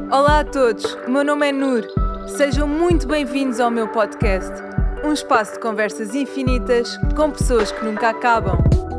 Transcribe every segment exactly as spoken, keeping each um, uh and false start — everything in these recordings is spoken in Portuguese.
Olá a todos, o meu nome é Nur. Sejam muito bem-vindos ao meu podcast. Um espaço de conversas infinitas com pessoas que nunca acabam.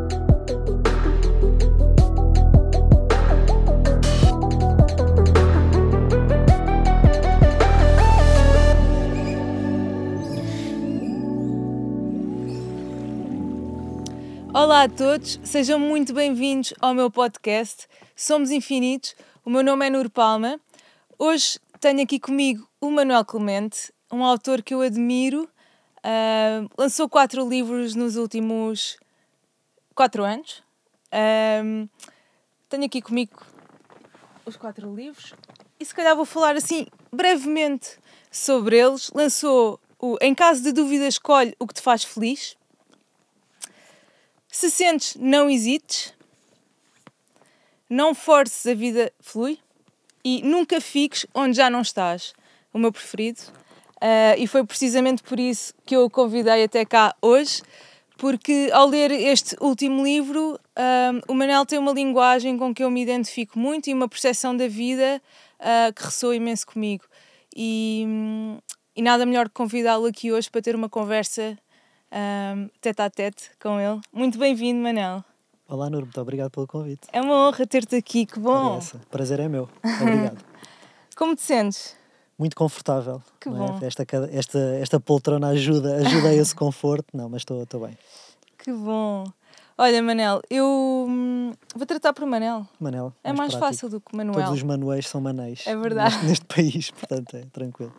Olá a todos, sejam muito bem-vindos ao meu podcast. Somos infinitos, o meu nome é Nur Palma. Hoje tenho aqui comigo o Manuel Clemente, um autor que eu admiro. Uh, lançou quatro livros nos últimos quatro anos. Uh, tenho aqui comigo os quatro livros e se calhar vou falar assim brevemente sobre eles. Lançou o Em Caso de Dúvida, Escolhe o que te faz feliz. Se sentes, não hesites. Não forces, a vida flui. E Nunca Fiques Onde Já Não Estás, o meu preferido. Uh, e foi precisamente por isso que eu o convidei até cá hoje, porque ao ler este último livro, uh, o Manel tem uma linguagem com que eu me identifico muito e uma percepção da vida uh, que ressoa imenso comigo. E, um, e nada melhor que convidá-lo aqui hoje para ter uma conversa um, tete a tete com ele. Muito bem-vindo, Manel. Olá, Nur, muito obrigado pelo convite. É uma honra ter-te aqui, que bom. Essa. Prazer é meu. Obrigado. Como te sentes? Muito confortável. Que não bom. É? Esta, esta, esta poltrona ajuda, ajuda a esse conforto. Não, mas estou bem. Que bom. Olha, Manel, eu hum, vou tratar por Manel. Manel. É mais, mais fácil do que Manuel. Todos os Manuéis são Manéis. É verdade. Neste, neste país, portanto, é tranquilo.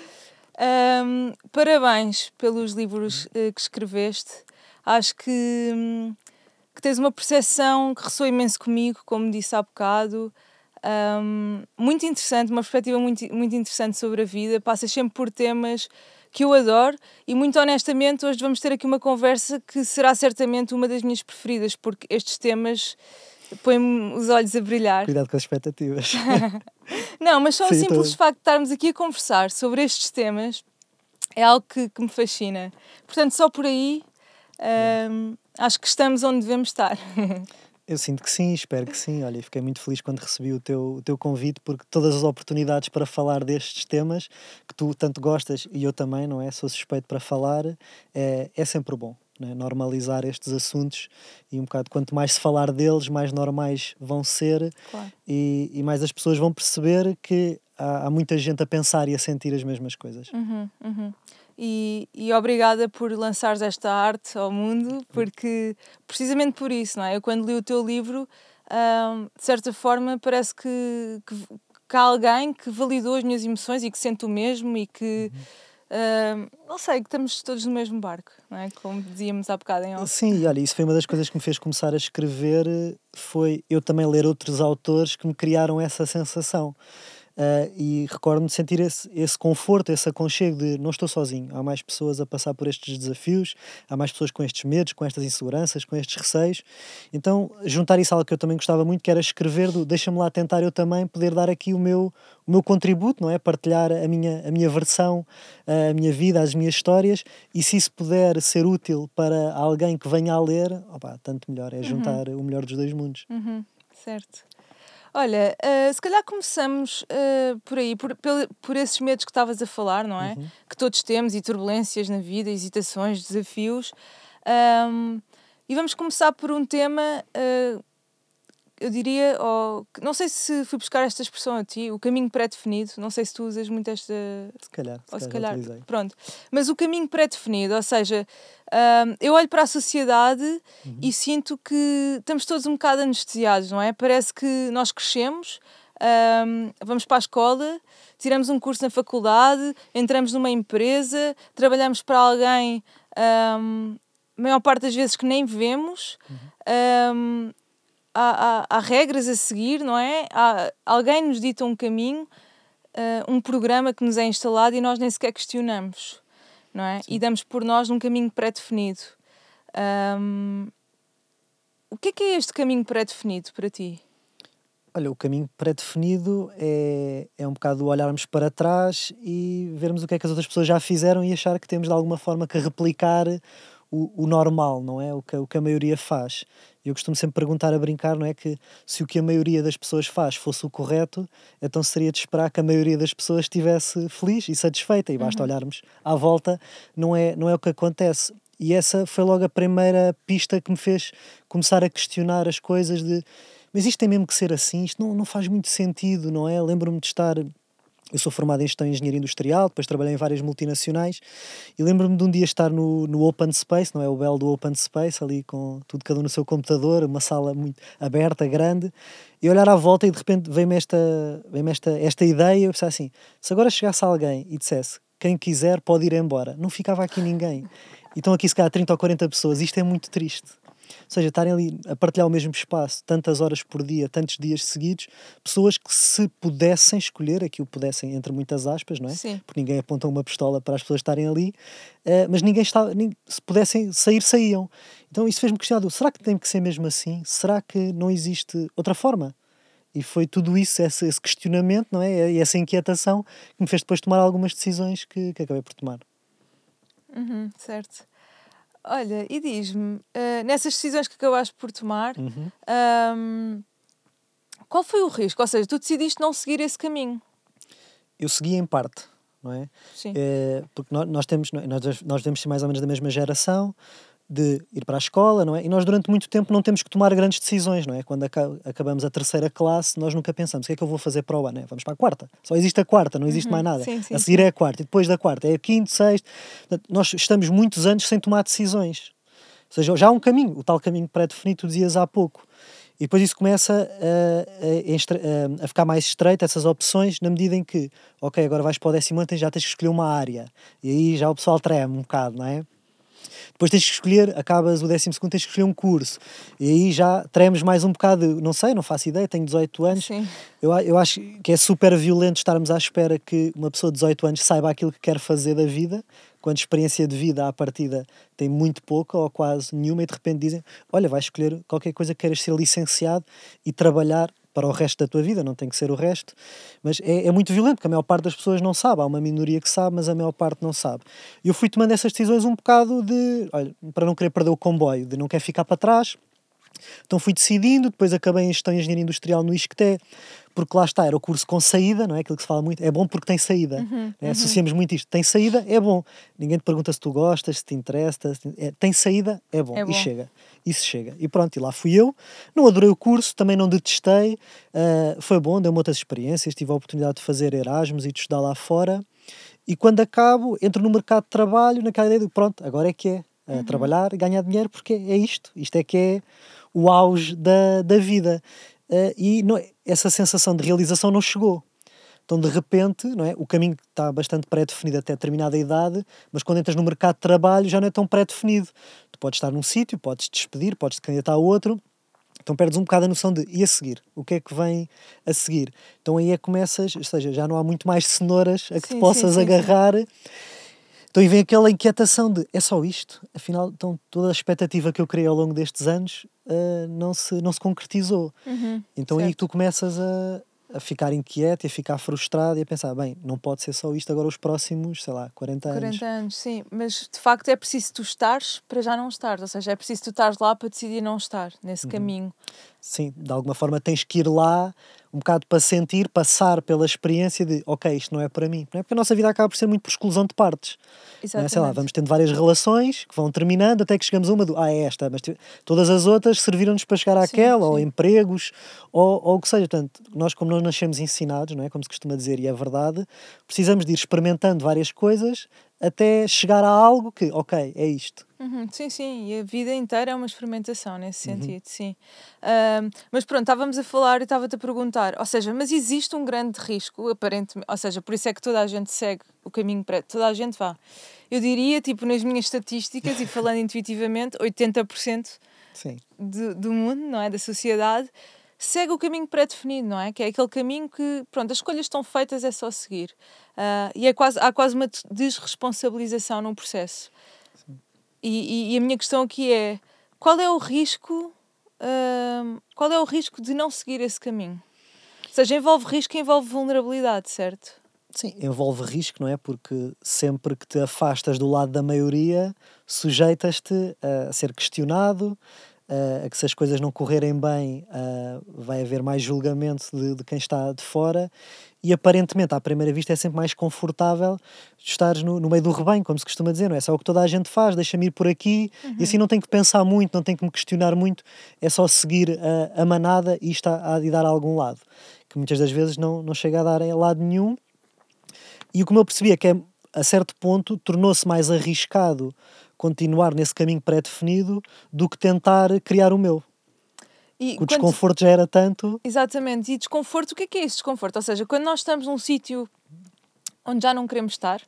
Um, parabéns pelos livros uh, que escreveste. Acho que... Hum, que tens uma percepção que ressoa imenso comigo, como disse há bocado, um, muito interessante, uma perspectiva muito, muito interessante sobre a vida, passas sempre por temas que eu adoro e muito honestamente hoje vamos ter aqui uma conversa que será certamente uma das minhas preferidas, porque estes temas põem-me os olhos a brilhar. Cuidado com as expectativas. Não, mas só Sim, o simples tô... facto de estarmos aqui a conversar sobre estes temas é algo que, que me fascina. Portanto, só por aí... Um, acho que estamos onde devemos estar. Eu sinto que sim, espero que sim. Olha, fiquei muito feliz quando recebi o teu, o teu convite, porque todas as oportunidades para falar destes temas que tu tanto gostas e eu também, não é? Sou suspeito para falar, é, é sempre bom, não é? Normalizar estes assuntos e um bocado quanto mais se falar deles, mais normais vão ser. Claro. e, e mais as pessoas vão perceber que há, há muita gente a pensar e a sentir as mesmas coisas. Uhum, uhum. E, e obrigada por lançares esta arte ao mundo, porque precisamente por isso, não é? Eu quando li o teu livro, hum, de certa forma parece que, que, que há alguém que validou as minhas emoções e que sente o mesmo e que, uhum. hum, não sei, que estamos todos no mesmo barco, não é? Como dizíamos há bocado em off. Sim, e olha, isso foi uma das coisas que me fez começar a escrever, foi eu também ler outros autores que me criaram essa sensação. Uh, e recordo-me de sentir esse, esse conforto, esse aconchego de não estou sozinho, há mais pessoas a passar por estes desafios, há mais pessoas com estes medos, com estas inseguranças, com estes receios. Então juntar isso a algo que eu também gostava muito, que era escrever do deixa-me lá tentar eu também poder dar aqui o meu, o meu contributo, não é? Partilhar a minha, a minha versão, a minha vida, as minhas histórias, e se isso puder ser útil para alguém que venha a ler, opa, tanto melhor, é juntar uhum. o melhor dos dois mundos. Uhum. Certo. Olha, uh, se calhar começamos uh, por aí, por, por, por esses medos que estavas a falar, não é? Uhum. Que todos temos, e turbulências na vida, hesitações, desafios. Um, e vamos começar por um tema, uh, eu diria, oh, não sei se fui buscar esta expressão a ti, o caminho pré-definido, não sei se tu usas muito esta... Se calhar, se ou se calhar, calhar pronto. Mas o caminho pré-definido, ou seja, um, eu olho para a sociedade uhum. e sinto que estamos todos um bocado anestesiados, não é? Parece que nós crescemos, um, vamos para a escola, tiramos um curso na faculdade, entramos numa empresa, trabalhamos para alguém, um, a maior parte das vezes que nem vemos, uhum. um, Há, há, há regras a seguir, não é? Há, alguém nos dita um caminho, uh, um programa que nos é instalado e nós nem sequer questionamos, não é? Sim. E damos por nós num caminho pré-definido. Um, o que é que é este caminho pré-definido para ti? Olha, o caminho pré-definido é, é um bocado olharmos para trás e vermos o que é que as outras pessoas já fizeram e achar que temos de alguma forma que replicar o, o normal, não é? O que, o que a maioria faz. Eu costumo sempre perguntar a brincar, não é, que se o que a maioria das pessoas faz fosse o correto, então seria de esperar que a maioria das pessoas estivesse feliz e satisfeita, e basta Uhum. olharmos à volta, não é, não é o que acontece. E essa foi logo a primeira pista que me fez começar a questionar as coisas de, mas isto tem mesmo que ser assim? Isto não, não faz muito sentido, não é? Lembro-me de estar... Eu sou formado em Gestão e Engenharia Industrial, depois trabalhei em várias multinacionais e lembro-me de um dia estar no, no Open Space, não é? O belo do Open Space, ali com tudo cada um no seu computador, uma sala muito aberta, grande, e olhar à volta e de repente veio-me esta, veio-me esta, esta ideia, eu pensava assim, se agora chegasse alguém e dissesse, quem quiser pode ir embora, não ficava aqui ninguém. E estão aqui se calhar trinta ou quarenta pessoas, isto é muito triste. Ou seja, estarem ali a partilhar o mesmo espaço, tantas horas por dia, tantos dias seguidos, pessoas que se pudessem escolher, aqui o pudessem entre muitas aspas, não é? Sim. Porque ninguém aponta uma pistola para as pessoas estarem ali, eh, mas ninguém está, nin- se pudessem sair, saíam. Então isso fez-me questionar, do, será que tem que ser mesmo assim? Será que não existe outra forma? E foi tudo isso, esse, esse questionamento, não é? E essa inquietação que me fez depois tomar algumas decisões que, que acabei por tomar. Uhum, certo. Olha, e diz-me, eh, nessas decisões que acabaste por tomar, Uhum. ahm, qual foi o risco? Ou seja, tu decidiste não seguir esse caminho. Eu segui em parte, não é? Sim. Eh, porque nós, nós temos, não é? nós, nós devemos ser mais ou menos da mesma geração, de ir para a escola, não é? E nós durante muito tempo não temos que tomar grandes decisões, não é? Quando aca- acabamos a terceira classe, nós nunca pensamos, o que é que eu vou fazer para o ano? É, vamos para a quarta. Só existe a quarta, não existe mais Uhum, nada. sim, A sim, seguir sim. é a quarta, e depois da quarta é a quinto, sexto. Portanto, nós estamos muitos anos sem tomar decisões. Ou seja, já há um caminho, o tal caminho pré-definido, tu dizias há pouco. E depois isso começa a, a, estre- a- a ficar mais estreito, essas opções, na medida em que, ok, agora vais para o décimo ano, tens- já tens que escolher uma área. E aí já o pessoal treme um bocado, não é? Depois tens que escolher, acabas o décimo segundo, tens que escolher um curso. E aí já tremes mais um bocado, de, não sei, não faço ideia, tenho dezoito anos. Sim. Eu, a- eu acho que é super violento estarmos à espera que uma pessoa de dezoito anos saiba aquilo que quer fazer da vida, quando experiência de vida à partida tem muito pouca ou quase nenhuma, e de repente dizem: olha, vais escolher qualquer coisa que queiras ser licenciado e trabalhar para o resto da tua vida, não tem que ser o resto, mas é, é muito violento, porque a maior parte das pessoas não sabe, há uma minoria que sabe, mas a maior parte não sabe. E eu fui tomando essas decisões um bocado de, olha, para não querer perder o comboio, de não querer ficar para trás. Então fui decidindo, depois acabei em Gestão e Engenharia Industrial no ISCTE, porque lá está, era o curso com saída, não é? Aquilo que se fala muito, é bom porque tem saída. Uhum, Não é? uhum. Associamos muito isto, tem saída, é bom. Ninguém te pergunta se tu gostas, se te interessa, se te- é, tem saída, é bom. É E bom. chega, isso chega. E pronto, e lá fui eu, não adorei o curso, também não detestei, ah, foi bom, deu-me outras experiências, tive a oportunidade de fazer Erasmus e de estudar lá fora, e quando acabo, entro no mercado de trabalho, naquela ideia de pronto, agora é que é, ah, Uhum. trabalhar, ganhar dinheiro, porque é isto, isto é que é o auge da, da vida. Uh, e não, essa sensação de realização não chegou. Então, de repente, não é? O caminho está bastante pré-definido até determinada idade, mas quando entras no mercado de trabalho já não é tão pré-definido. Tu podes estar num sítio, podes te despedir, podes te candidatar a outro, então perdes um bocado a noção de e a seguir? O que é que vem a seguir? Então aí é que começas, ou seja, já não há muito mais cenouras a que te Sim, sim, possas sim, sim. agarrar. Então aí vem aquela inquietação de é só isto? Afinal, então, toda a expectativa que eu criei ao longo destes anos uh, não, se, não se concretizou. Uhum, Então aí tu certo. começas a, a ficar inquieto e a ficar frustrado e a pensar, bem, não pode ser só isto agora os próximos, sei lá, quarenta anos. quarenta anos, sim. Mas de facto é preciso tu estares para já não estar. Ou seja, é preciso tu estares lá para decidir não estar nesse Uhum. caminho. Sim, de alguma forma tens que ir lá um bocado para sentir, passar pela experiência de, ok, isto não é para mim. Não é? Porque a nossa vida acaba por ser muito por exclusão de partes. Não é? Sei lá, Exatamente. vamos tendo várias relações que vão terminando até que chegamos a uma do, ah, é esta, mas todas as outras serviram-nos para chegar Sim, àquela, ou sim. empregos, ou, ou o que seja. Portanto, nós como não nascemos ensinados, não é? Como se costuma dizer, e é verdade, precisamos de ir experimentando várias coisas até chegar a algo que, ok, é isto. Uhum, sim, sim, e a vida inteira é uma experimentação nesse Uhum. sentido, sim. Ahm, mas pronto, estávamos a falar e estava-te a perguntar, ou seja, mas existe um grande risco, aparentemente, ou seja, por isso é que toda a gente segue o caminho preto, toda a gente vá. Eu diria, tipo, nas minhas estatísticas e falando intuitivamente, oitenta por cento Sim. do, do mundo, não é, da sociedade, segue o caminho pré-definido, não é? Que é aquele caminho que, pronto, as escolhas estão feitas, é só seguir. Ah, e é quase, há quase uma desresponsabilização no processo. E, e, e a minha questão aqui é, qual é o risco, hum, qual é o risco de não seguir esse caminho? Ou seja, envolve risco e envolve vulnerabilidade, certo? Sim, envolve risco, não é? Porque sempre que te afastas do lado da maioria, sujeitas-te a ser questionado, uh, a que se as coisas não correrem bem, uh, vai haver mais julgamento de, de quem está de fora, e aparentemente, à primeira vista, é sempre mais confortável estares no, no meio do rebanho, como se costuma dizer, não é? Só o que toda a gente faz, deixa-me ir por aqui, uhum. e assim não tenho que pensar muito, não tenho que me questionar muito, é só seguir a, a manada e está a, a dar a algum lado, que muitas das vezes não, não chega a dar a lado nenhum. E o que eu percebi é que, a certo ponto, tornou-se mais arriscado continuar nesse caminho pré-definido do que tentar criar o meu. E o quando... desconforto já era tanto... Exatamente. E desconforto, o que é que é esse desconforto? Ou seja, quando nós estamos num sítio onde já não queremos estar,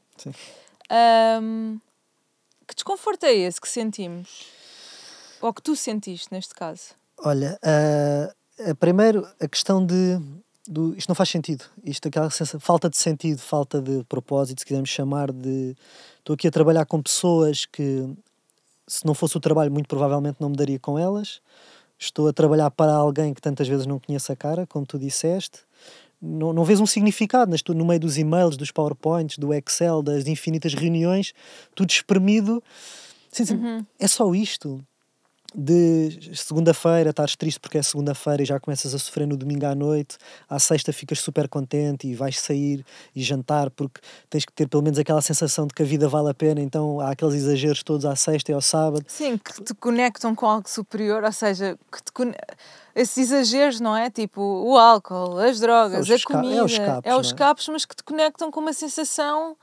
um, que desconforto é esse que sentimos? Ou que tu sentiste, neste caso? Olha, uh, primeiro, a questão de... Do, isto não faz sentido. Isto, aquela sensação, falta de sentido, falta de propósito, se quisermos chamar de... Estou aqui a trabalhar com pessoas que, se não fosse o trabalho, muito provavelmente não me daria com elas. Estou a trabalhar para alguém que tantas vezes não conheço a cara, como tu disseste. Não, não vês um significado, mas tu, no meio dos e-mails, dos PowerPoints, do Excel, das infinitas reuniões, tudo espremido. Sim, sim, uhum. É só isto. De segunda-feira estares triste porque é segunda-feira e já começas a sofrer no domingo à noite, à sexta ficas super contente e vais sair e jantar porque tens que ter pelo menos aquela sensação de que a vida vale a pena, então há aqueles exageros todos à sexta e ao sábado. Sim, que te conectam com algo superior, ou seja, que te con... esses exageros, não é? Tipo o álcool, as drogas, é a esca... comida, é os escapes, é os escapes é? Mas que te conectam com uma sensação,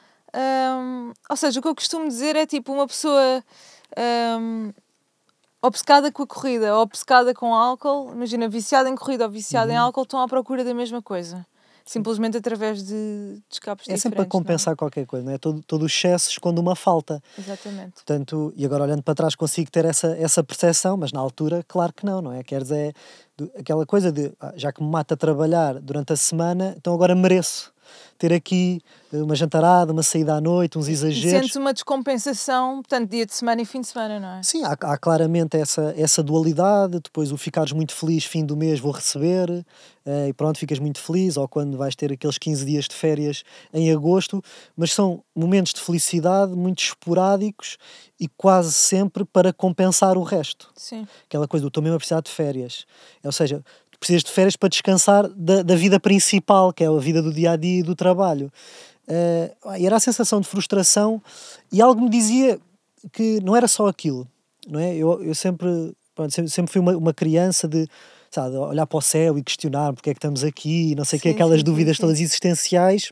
hum... ou seja, o que eu costumo dizer é tipo uma pessoa... Hum... obcecada com a corrida, obcecada com álcool, imagina, viciada em corrida ou viciada uhum. em álcool, estão à procura da mesma coisa. Simplesmente através de, de escapes é diferentes. É sempre para compensar não? qualquer coisa, não é? Todo, todo o excesso esconde uma falta. Exatamente. Portanto, e agora olhando para trás consigo ter essa, essa percepção, mas na altura, claro que não, não é? Quer dizer, é aquela coisa de, ah, já que me mata a trabalhar durante a semana, então agora mereço ter aqui uma jantarada, uma saída à noite, uns exageros. E sentes uma descompensação, portanto, dia de semana e fim de semana, não é? Sim, há, há claramente essa, essa dualidade, depois o ficares muito feliz, fim do mês vou receber, uh, e pronto, ficas muito feliz, ou quando vais ter aqueles quinze dias de férias em agosto, mas são momentos de felicidade muito esporádicos e quase sempre para compensar o resto. Sim. Aquela coisa do estou mesmo a precisar de férias, ou seja... precisas de férias para descansar da, da vida principal, que é a vida do dia-a-dia e do trabalho. Uh, e era a sensação de frustração, e algo me dizia que não era só aquilo, não é? Eu, eu sempre, pronto, sempre, sempre fui uma, uma criança de, sabe, olhar para o céu e questionar porque é que estamos aqui, não sei o que, aquelas sim, dúvidas sim, todas sim. existenciais,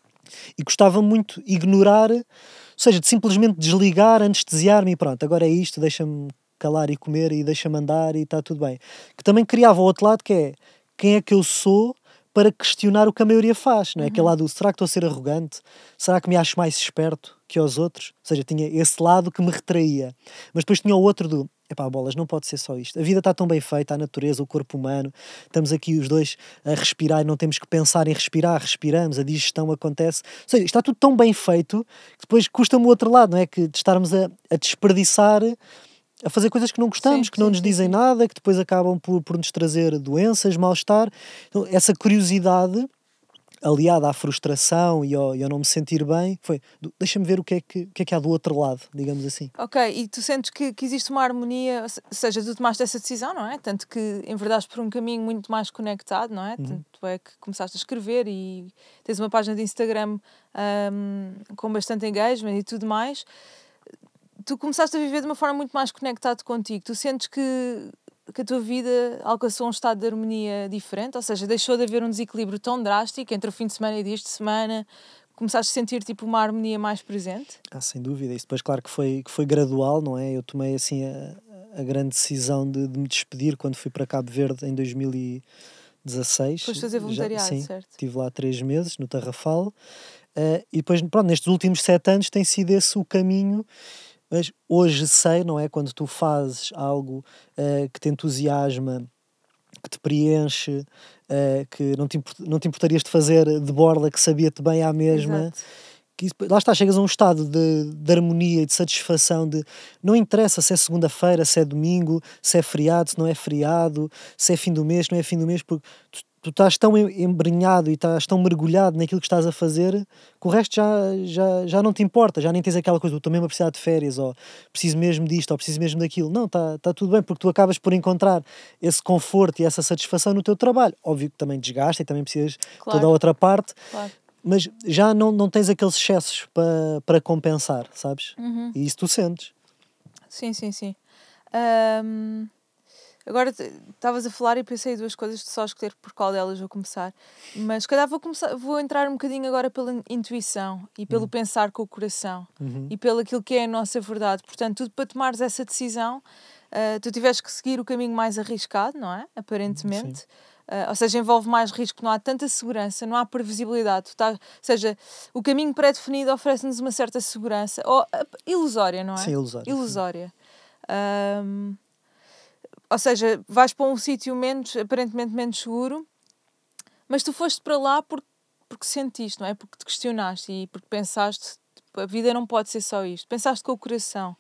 e gostava muito de ignorar, ou seja, de simplesmente desligar, anestesiar-me e pronto, agora é isto, deixa-me calar e comer e deixa-me andar e está tudo bem. Que também criava o outro lado, que é quem é que eu sou para questionar o que a maioria faz, não é? Uhum. Aquele lado, será que estou a ser arrogante? Será que me acho mais esperto que os outros? Ou seja, tinha esse lado que me retraía. Mas depois tinha o outro do, epá, bolas, não pode ser só isto. A vida está tão bem feita, a natureza, o corpo humano, estamos aqui os dois a respirar e não temos que pensar em respirar, respiramos, a digestão acontece. Ou seja, está tudo tão bem feito que depois custa-me o outro lado, não é? Que de estarmos a, a desperdiçar... a fazer coisas que não gostamos, sim, que não sim, nos dizem sim. nada, que depois acabam por, por nos trazer doenças, mal-estar. Então, essa curiosidade, aliada à frustração e ao, e ao não me sentir bem, foi, deixa-me ver o que, é que, o que é que há do outro lado, digamos assim. Ok, e tu sentes que, que existe uma harmonia, ou seja, tu tomaste essa decisão, não é? Tanto que enverdaste por um caminho muito mais conectado, não é? Uhum. Tanto é que começaste a escrever e tens uma página de Instagram um, com bastante engagement e tudo mais. Tu começaste a viver de uma forma muito mais conectada contigo. Tu sentes que, que a tua vida alcançou um estado de harmonia diferente? Ou seja, deixou de haver um desequilíbrio tão drástico entre o fim de semana e dias de semana? Começaste a sentir tipo uma harmonia mais presente? Ah, sem dúvida. Isso depois, claro que foi, que foi gradual, não é? Eu tomei assim a, a grande decisão de, de me despedir quando fui para Cabo Verde em dois mil e dezasseis. Depois fazer voluntariado, Já, sim, certo? Estive lá três meses no Tarrafal. Uh, e depois, pronto, nestes últimos sete anos tem sido esse o caminho. Mas hoje sei, não é? Quando tu fazes algo uh, que te entusiasma, que te preenche, uh, que não te, import, não te importarias de fazer de borla, que sabia-te bem à mesma. Que isso, lá está, chegas a um estado de, de harmonia e de satisfação de não interessa se é segunda-feira, se é domingo, se é feriado, se não é feriado, se é fim do mês, se não é fim do mês, porque tu, tu estás tão embrenhado e estás tão mergulhado naquilo que estás a fazer que o resto já, já, já não te importa, já nem tens aquela coisa, estou mesmo a precisar de férias, ou preciso mesmo disto, ou preciso mesmo daquilo. Não, está tá tudo bem, porque tu acabas por encontrar esse conforto e essa satisfação no teu trabalho. Óbvio que também desgasta e também precisas Claro. toda a outra parte, Claro. mas já não, não tens aqueles excessos para para compensar, sabes? Uhum. E isso tu sentes. Sim, sim, sim. Ahm, agora te- estavas a falar e pensei em duas coisas, de só escolher por qual delas vou começar. Mas se calhar vou começar, vou entrar um bocadinho agora pela in- intuição e pelo pensar com o coração Uhum. e pelo aquilo que é a nossa verdade. Portanto, tudo para tomares essa decisão, ah, tu tiveste que seguir o caminho mais arriscado, não é? Aparentemente. Ah, ou seja, envolve mais risco, não há tanta segurança, não há previsibilidade. Tu tá, ou seja, o caminho pré-definido oferece-nos uma certa segurança, ou ah, ilusória, não é? Sim, ilusório. sim. Ilusória. Ahm, ou seja, vais para um sítio menos, aparentemente menos seguro, mas tu foste para lá porque, porque sentiste, não é? Porque te questionaste e porque pensaste, tipo, a vida não pode ser só isto. Pensaste com o coração.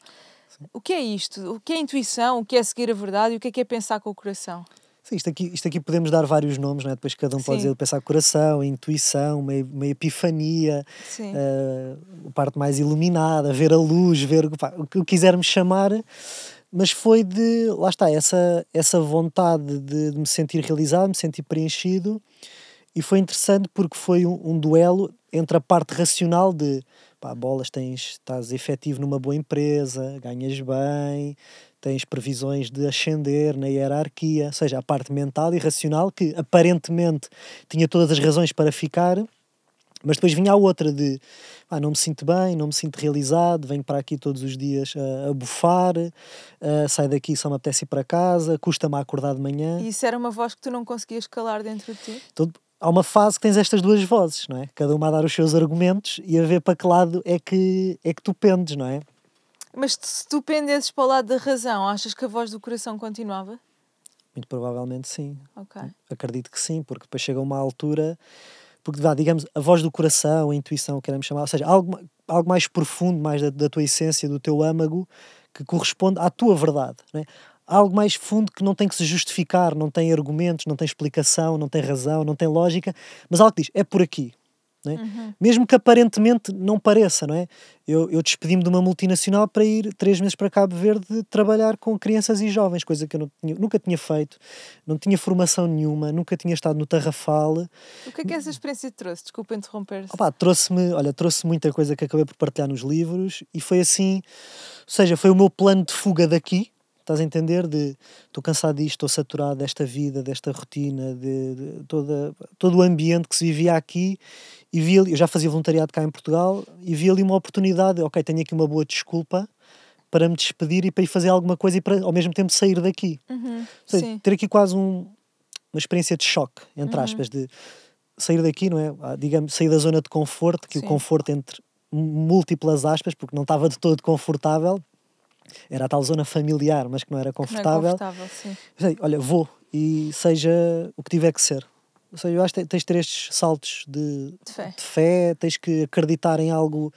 O que é isto? O que é intuição? O que é seguir a verdade? E o que é que é pensar com o coração? Sim, isto aqui, isto aqui podemos dar vários nomes, não é? Depois cada um pode Sim. dizer pensar coração, intuição, uma, uma epifania, Sim. eh, a parte mais iluminada, ver a luz, ver pá, o que quisermos chamar, mas foi de, lá está, essa, essa vontade de, de me sentir realizado, me sentir preenchido, e foi interessante porque foi um, um duelo entre a parte racional de pá, bolas, tens, estás efetivo numa boa empresa, ganhas bem, tens previsões de ascender na hierarquia, ou seja, a parte mental e racional que aparentemente tinha todas as razões para ficar, mas depois vinha a outra de ah, não me sinto bem, não me sinto realizado, venho para aqui todos os dias a, a bufar, a, saio daqui só me apetece ir para casa, custa-me a acordar de manhã. E isso era uma voz que tu não conseguias calar dentro de ti? Então, há uma fase que tens estas duas vozes, não é? Cada uma a dar os seus argumentos e a ver para que lado é que, é que tu pendes, não é? Mas se tu pendesses para o lado da razão, achas que a voz do coração continuava? Muito provavelmente sim. Ok. Acredito que sim, porque depois chega uma altura, porque dá, digamos, a voz do coração, a intuição, o que queremos chamar, ou seja, algo, ma- algo mais profundo, mais da, da tua essência, do teu âmago, que corresponde à tua verdade, não é? Algo mais fundo que não tem que se justificar, não tem argumentos, não tem explicação, não tem razão, não tem lógica, mas algo que diz, é por aqui. Não é? Uhum. Mesmo que aparentemente não pareça, não é? Eu, eu despedi-me de uma multinacional para ir três meses para Cabo Verde trabalhar com crianças e jovens, coisa que eu não tinha- nunca tinha feito, não tinha formação nenhuma, nunca tinha estado no Tarrafal. O que é que essa experiência te trouxe? Desculpa interromper-se. Opá, trouxe-me, olha, trouxe muita coisa que acabei por partilhar nos livros e foi assim, ou seja, foi o meu plano de fuga daqui. Estás a entender? De estou cansado disto, estou saturado desta vida, desta rotina, de, de toda, todo o ambiente que se vivia aqui. E vi ali, eu já fazia voluntariado cá em Portugal e vi ali uma oportunidade. Ok, tenho aqui uma boa desculpa para me despedir e para ir fazer alguma coisa e para ao mesmo tempo sair daqui. Uhum. Ou seja, Sim. ter aqui quase um, uma experiência de choque, entre Uhum. aspas, de sair daqui, não é? Ah, digamos, sair da zona de conforto, que Sim. o conforto entre múltiplas aspas, porque não estava de todo confortável. Era a tal zona familiar, mas que não era Que não é confortável. confortável, sim. Pensei, olha, vou e seja o que tiver que ser. Ou seja, eu acho que tens de ter estes saltos de, De fé. de fé, tens que acreditar em algo.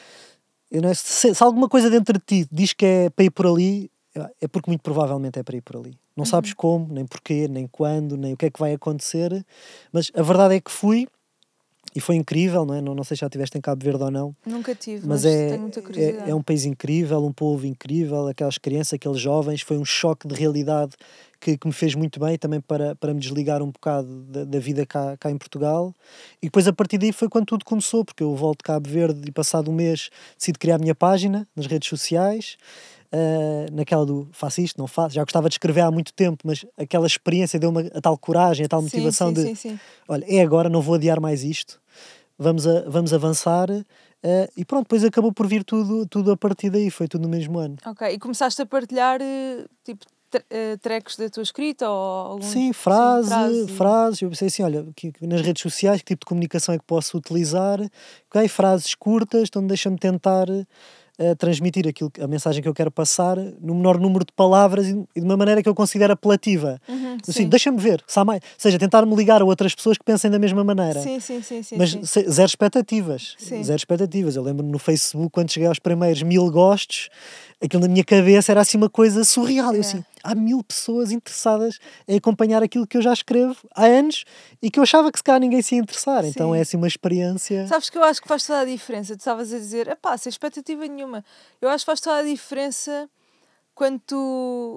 Eu não é, se, se alguma coisa dentro de ti diz que é para ir por ali, é porque muito provavelmente é para ir por ali. Não sabes Uhum. como, nem porquê, nem quando, nem o que é que vai acontecer, mas a verdade é que fui e foi incrível, não é? Não, não sei se já estiveste em Cabo Verde ou não. Nunca tive, Mas mas é, tenho muita é, curiosidade. é um país incrível, um povo incrível, aquelas crianças, aqueles jovens, foi um choque de realidade que, que me fez muito bem também para, para me desligar um bocado da, da vida cá, cá em Portugal. E depois a partir daí foi quando tudo começou, porque eu volto de Cabo Verde e passado um mês decido criar a minha página nas redes sociais, uh, naquela do faço isto, não faço, já gostava de escrever há muito tempo, mas aquela experiência deu-me a tal coragem, a tal Sim, motivação sim, de, sim, sim. olha, é agora, não vou adiar mais isto. Vamos, a, vamos avançar uh, e pronto, depois acabou por vir tudo, tudo a partir daí, foi tudo no mesmo ano. Ok, e começaste a partilhar eh, tipo tre- eh, trecos da tua escrita ou alguns... Sim, frase, Sim, frase. frases, eu pensei assim, olha, que, que nas redes sociais que tipo de comunicação é que posso utilizar, ok, frases curtas, então deixa-me tentar uh, transmitir aquilo, a mensagem que eu quero passar no menor número de palavras e, e de uma maneira que eu considero apelativa. Uhum, Assim, sim. deixa-me ver, se há mais, ou seja, tentar-me ligar a outras pessoas que pensem da mesma maneira. Sim, sim, sim, sim, Mas sim. se- zero expectativas. Sim. Zero expectativas. Eu lembro-me no Facebook, quando cheguei aos primeiros mil gostos, aquilo na minha cabeça era assim uma coisa surreal. Eu É. assim, há mil pessoas interessadas em acompanhar aquilo que eu já escrevo há anos e que eu achava que se calhar ninguém se ia interessar. Sim. Então é assim uma experiência... Sabes que eu acho que faz toda a diferença. Tu estavas a dizer, epá, sem expectativa nenhuma. Eu acho que faz toda a diferença quando tu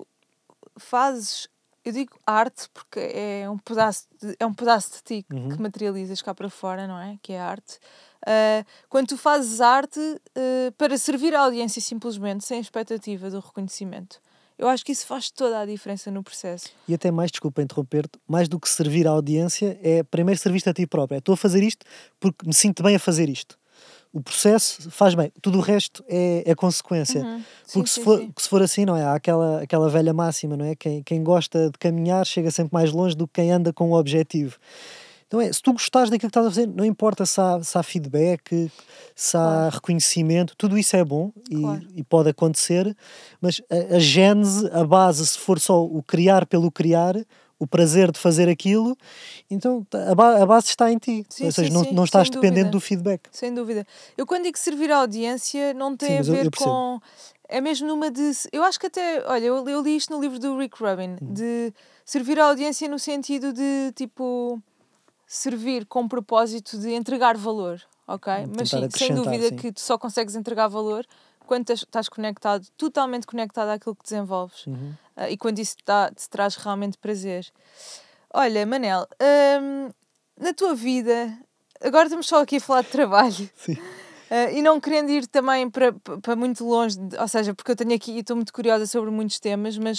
fazes, eu digo arte porque é um pedaço de, é um pedaço de ti uhum. que materializas cá para fora, não é? Que é a arte. Uh, quando tu fazes arte uh, para servir a audiência simplesmente, sem expectativa do reconhecimento. Eu acho que isso faz toda a diferença no processo. E até mais, desculpa interromper-te, mais do que servir à audiência, é primeiro servir-te a ti próprio. Estou a fazer isto porque me sinto bem a fazer isto. O processo faz bem, tudo o resto é, é consequência. Uhum. Porque sim, se, sim, for, sim. se for assim, não é? Há aquela, aquela velha máxima, não é? Quem, quem gosta de caminhar chega sempre mais longe do que quem anda com um objetivo. Então é, se tu gostares daquilo que estás a fazer, não importa se há, se há feedback, se há claro. reconhecimento, tudo isso é bom e, claro. e pode acontecer, mas a, a gênese, a base, se for só o criar pelo criar, o prazer de fazer aquilo, então a, ba- a base está em ti. Sim, Ou seja, sim, não, sim, não estás dependente do feedback. Sem dúvida. Eu quando digo servir à audiência não tem sim, a ver eu, eu com... É mesmo numa de... Eu acho que até... Olha, eu, eu li isto no livro do Rick Rubin, hum. de servir à audiência no sentido de, tipo... servir com o propósito de entregar valor, ok? Mas sim, sem dúvida sim. que tu só consegues entregar valor quando estás conectado, totalmente conectado àquilo que desenvolves uhum. uh, e quando isso te, dá, te traz realmente prazer. Olha, Manel, hum, na tua vida, agora estamos só aqui a falar de trabalho. Sim. Uh, e não querendo ir também para, para muito longe, de, ou seja, porque eu tenho aqui e estou muito curiosa sobre muitos temas, mas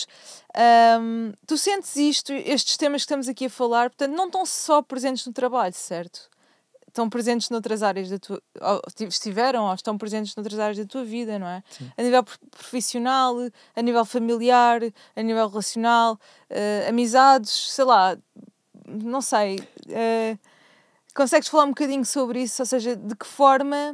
um, tu sentes isto, estes temas que estamos aqui a falar, portanto, não estão só presentes no trabalho, certo? Estão presentes noutras áreas da tua... Ou estiveram ou estão presentes noutras áreas da tua vida, não é? Sim. A nível profissional, a nível familiar, a nível relacional, uh, amizades, sei lá, não sei. Uh, consegues falar um bocadinho sobre isso? Ou seja, de que forma...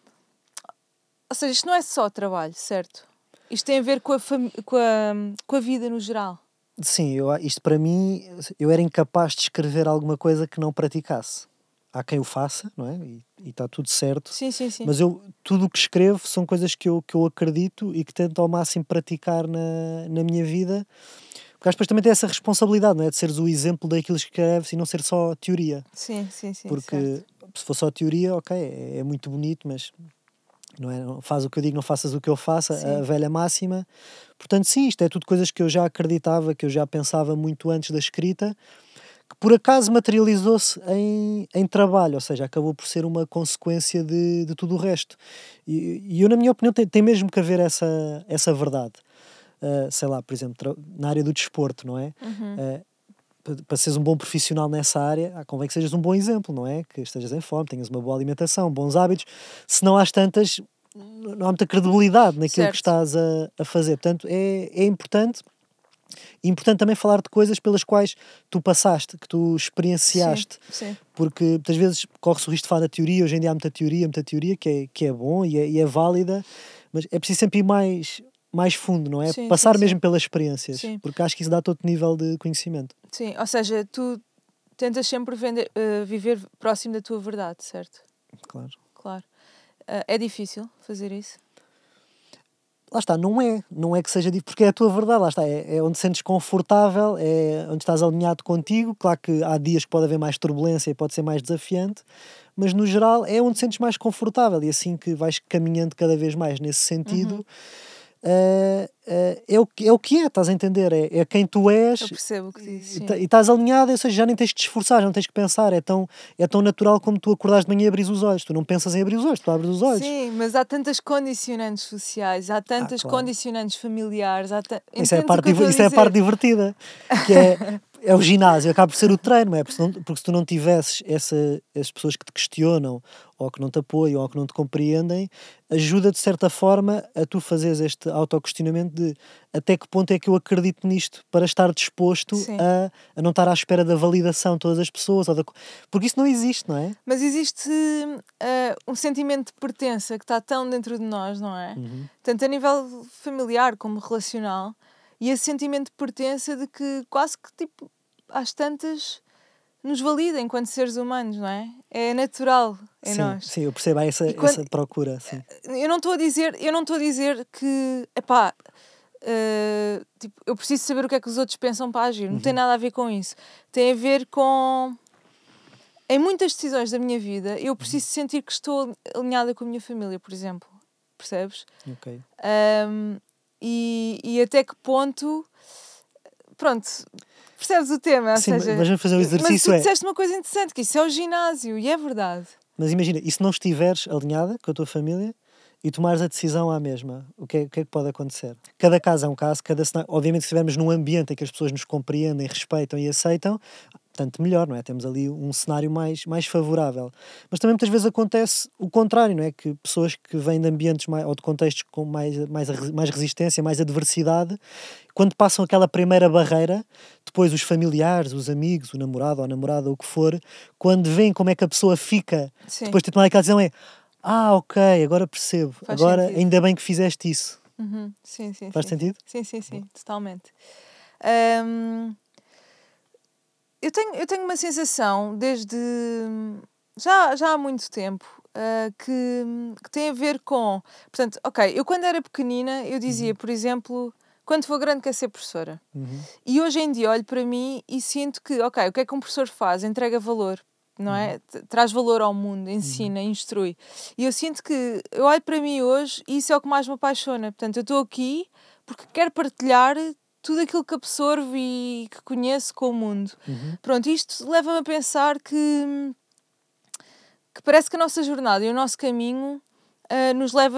Ou seja, isto não é só trabalho, certo? Isto tem a ver com a, fam- com a, com a vida no geral. Sim, eu, isto para mim, eu era incapaz de escrever alguma coisa que não praticasse. Há quem o faça, não é? E está tudo certo. Sim, sim, sim. Mas eu, tudo o que escrevo são coisas que eu, que eu acredito e que tento ao máximo praticar na, na minha vida. Porque acho que depois também tem essa responsabilidade, não é? De seres o exemplo daquilo que escreves e não ser só teoria. Sim, sim, sim. Porque certo. se for só teoria, ok, é, é muito bonito, mas... Não é? Não faz o que eu digo, não faças o que eu faço, sim. A velha máxima. Portanto, sim, isto é tudo coisas que eu já acreditava, que eu já pensava muito antes da escrita, que por acaso materializou-se em, em trabalho, ou seja, acabou por ser uma consequência de, de tudo o resto. E, e eu, na minha opinião, tem, tem mesmo que haver essa, essa verdade. Uh, sei lá, por exemplo, na área do desporto, não é? Uhum. Uh, para seres um bom profissional nessa área, ah, convém que sejas um bom exemplo, não é? Que estejas em forma, tenhas uma boa alimentação, bons hábitos. Se não há tantas, não há muita credibilidade naquilo certo. Que estás a, a fazer. Portanto, é, é importante. E importante também falar de coisas pelas quais tu passaste, que tu experienciaste. Sim, sim. Porque muitas vezes corre-se o risco de falar da teoria. Hoje em dia há muita teoria, muita teoria que é, que é bom e é, e é válida, mas é preciso sempre ir mais... mais fundo, não é? Sim, Passar sim, mesmo sim. pelas experiências, sim. porque acho que isso dá todo nível de conhecimento. Sim, ou seja, tu tentas sempre vender, uh, viver próximo da tua verdade, certo? Claro. Claro. Uh, é difícil fazer isso? Lá está, não é, não é que seja difícil, porque é a tua verdade, lá está, é, é onde te sentes confortável, é onde estás alinhado contigo. Claro que há dias que pode haver mais turbulência e pode ser mais desafiante, mas no geral é onde te sentes mais confortável e assim que vais caminhando cada vez mais nesse sentido. Uhum. Uh, uh, é, o, é o que é, estás a entender? É, é quem tu és. Eu percebo o que dizes. E, e estás alinhado, ou seja, já nem tens que te esforçar, já não tens que pensar. É tão, é tão natural como tu acordares de manhã e abres os olhos. Tu não pensas em abrir os olhos, tu abres os olhos. Sim, mas há tantas condicionantes sociais, há tantas ah, claro. condicionantes familiares. Há ta... Isso, é a, parte, div- isso é a parte divertida, que é. É o ginásio, acaba por ser o treino, não é? Porque se, não, porque se tu não tivesses essa, essas pessoas que te questionam, ou que não te apoiam, ou que não te compreendem, ajuda de certa forma a tu fazeres este autoquestionamento de até que ponto é que eu acredito nisto para estar disposto a, a não estar à espera da validação de todas as pessoas. Ou da... Porque isso não existe, não é? Mas existe uh, um sentimento de pertença que está tão dentro de nós, não é? Uhum. Tanto a nível familiar como relacional. E esse sentimento de pertença de que quase que, tipo, às tantas nos valida enquanto seres humanos, não é? É natural em sim, nós. Sim, eu percebo essa, quando, essa procura, sim. Eu não estou a dizer, eu não estou a dizer que, epá, uh, tipo, eu preciso saber o que é que os outros pensam para agir. Não Uhum. tem nada a ver com isso. Tem a ver com... Em muitas decisões da minha vida, eu preciso sentir que estou alinhada com a minha família, por exemplo. Percebes? Ok. Um, e, e até que ponto... Pronto, percebes o tema? Ou Sim, seja, mas vamos fazer o mas tu exercício. É, disseste uma coisa interessante, que isso é o ginásio, e é verdade. mas imagina, e se não estiveres alinhada com a tua família e tomares a decisão à mesma, o que é, o que é que pode acontecer? Cada caso é um caso, cada cenário, obviamente se estivermos num ambiente em que as pessoas nos compreendem, respeitam e aceitam, tanto melhor, não é? Temos ali um cenário mais, mais favorável. Mas também muitas vezes acontece o contrário, não é? Que pessoas que vêm de ambientes mais, ou de contextos com mais, mais, mais resistência, mais adversidade, quando passam aquela primeira barreira, depois os familiares, os amigos, o namorado ou a namorada, ou o que for, quando veem como é que a pessoa fica, Sim. depois de tomar aquela decisão, é ah, ok, agora percebo, Faz agora sentido. ainda bem que fizeste isso. Uhum. Sim, sim, Faz sim, sentido? Sim, sim, sim, totalmente. Um, eu, tenho, eu tenho uma sensação desde já, já há muito tempo uh, que, que tem a ver com... Portanto, ok, eu quando era pequenina eu dizia, Uhum. por exemplo, quando for grande quer ser professora. Uhum. E hoje em dia olho para mim e sinto que, ok, o que é que um professor faz? Entrega valor, não é? T- Traz valor ao mundo, ensina, instrui. E eu sinto que, eu olho para mim hoje e isso é o que mais me apaixona. Portanto, eu estou aqui porque quero partilhar tudo aquilo que absorvo e que conheço com o mundo. Uhum. Pronto, isto leva-me a pensar que, que parece que a nossa jornada e o nosso caminho ah, nos leva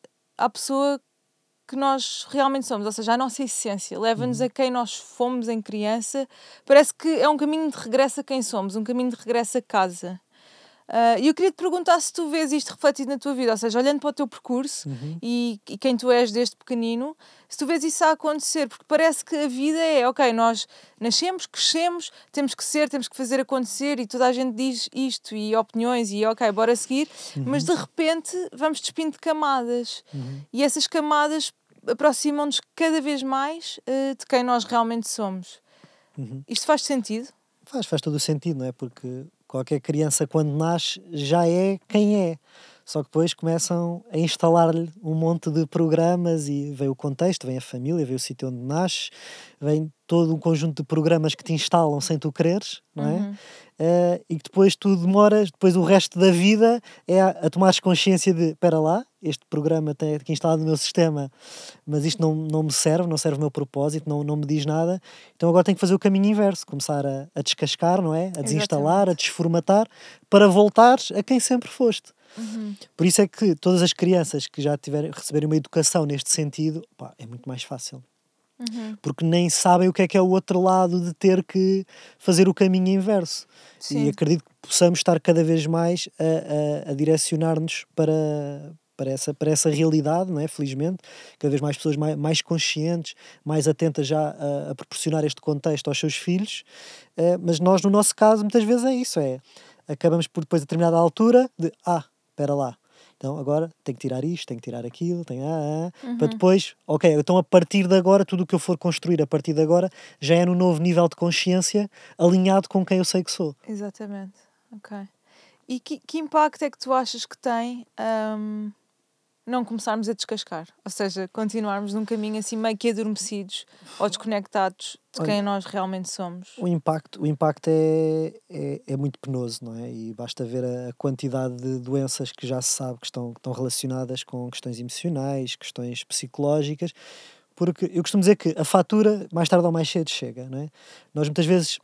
à pessoa que nós realmente somos, ou seja, a nossa essência, leva-nos Uhum. a quem nós fomos em criança. Parece que é um caminho de regresso a quem somos, um caminho de regresso a casa. Ah, E eu queria te perguntar se tu vês isto refletido na tua vida, ou seja, olhando para o teu percurso Uhum. e, e quem tu és desde pequenino, se tu vês isso a acontecer, porque parece que a vida é, ok, nós nascemos, crescemos, temos que ser, temos que fazer acontecer e toda a gente diz isto e opiniões e ok, bora seguir, mas Uhum. de repente vamos despindo de camadas Uhum. e essas camadas aproximam-nos cada vez mais uh, de quem nós realmente somos. Uhum. Isto faz sentido? Faz, faz todo o sentido, não é? Porque qualquer criança, quando nasce, já é quem é. Só que depois começam a instalar-lhe um monte de programas e vem o contexto, vem a família, vem o sítio onde nasces, vem todo um conjunto de programas que te instalam sem tu quereres, não é? Uhum. Uh, e que depois tu demoras, depois o resto da vida é a, a tomares consciência de, espera lá, este programa tem aqui instalado no meu sistema, mas isto não, não me serve, não serve o meu propósito, não, não me diz nada, então agora tenho que fazer o caminho inverso, começar a, a descascar, não é? A desinstalar, Exatamente. a desformatar, para voltares a quem sempre foste. Uhum. Por isso é que todas as crianças que já tiverem, receberem uma educação neste sentido, pá, é muito mais fácil. Uhum. Porque nem sabem o que é que é o outro lado de ter que fazer o caminho inverso. Sim. E acredito que possamos estar cada vez mais a, a, a direcionar-nos para, para, essa, para essa realidade, não é? Felizmente, cada vez mais pessoas mais, mais conscientes, mais atentas já a, a proporcionar este contexto aos seus filhos, uh, mas nós no nosso caso muitas vezes é isso, é acabamos por depois a determinada altura de, ah, espera lá, então agora tenho que tirar isto, tenho que tirar aquilo, tenho, ah, ah, Uhum. para depois, ok, então a partir de agora, tudo o que eu for construir a partir de agora já é no novo nível de consciência alinhado com quem eu sei que sou. Exatamente. Ok. E que, que impacto é que tu achas que tem hum, não começarmos a descascar? Ou seja, continuarmos num caminho assim meio que adormecidos ou desconectados de Olha, quem nós realmente somos? O impacto, o impacto é, é, é muito penoso, não é? E basta ver a quantidade de doenças que já se sabe que estão, que estão relacionadas com questões emocionais, questões psicológicas, porque eu costumo dizer que a fatura, mais tarde ou mais cedo, chega, não é? Nós muitas vezes,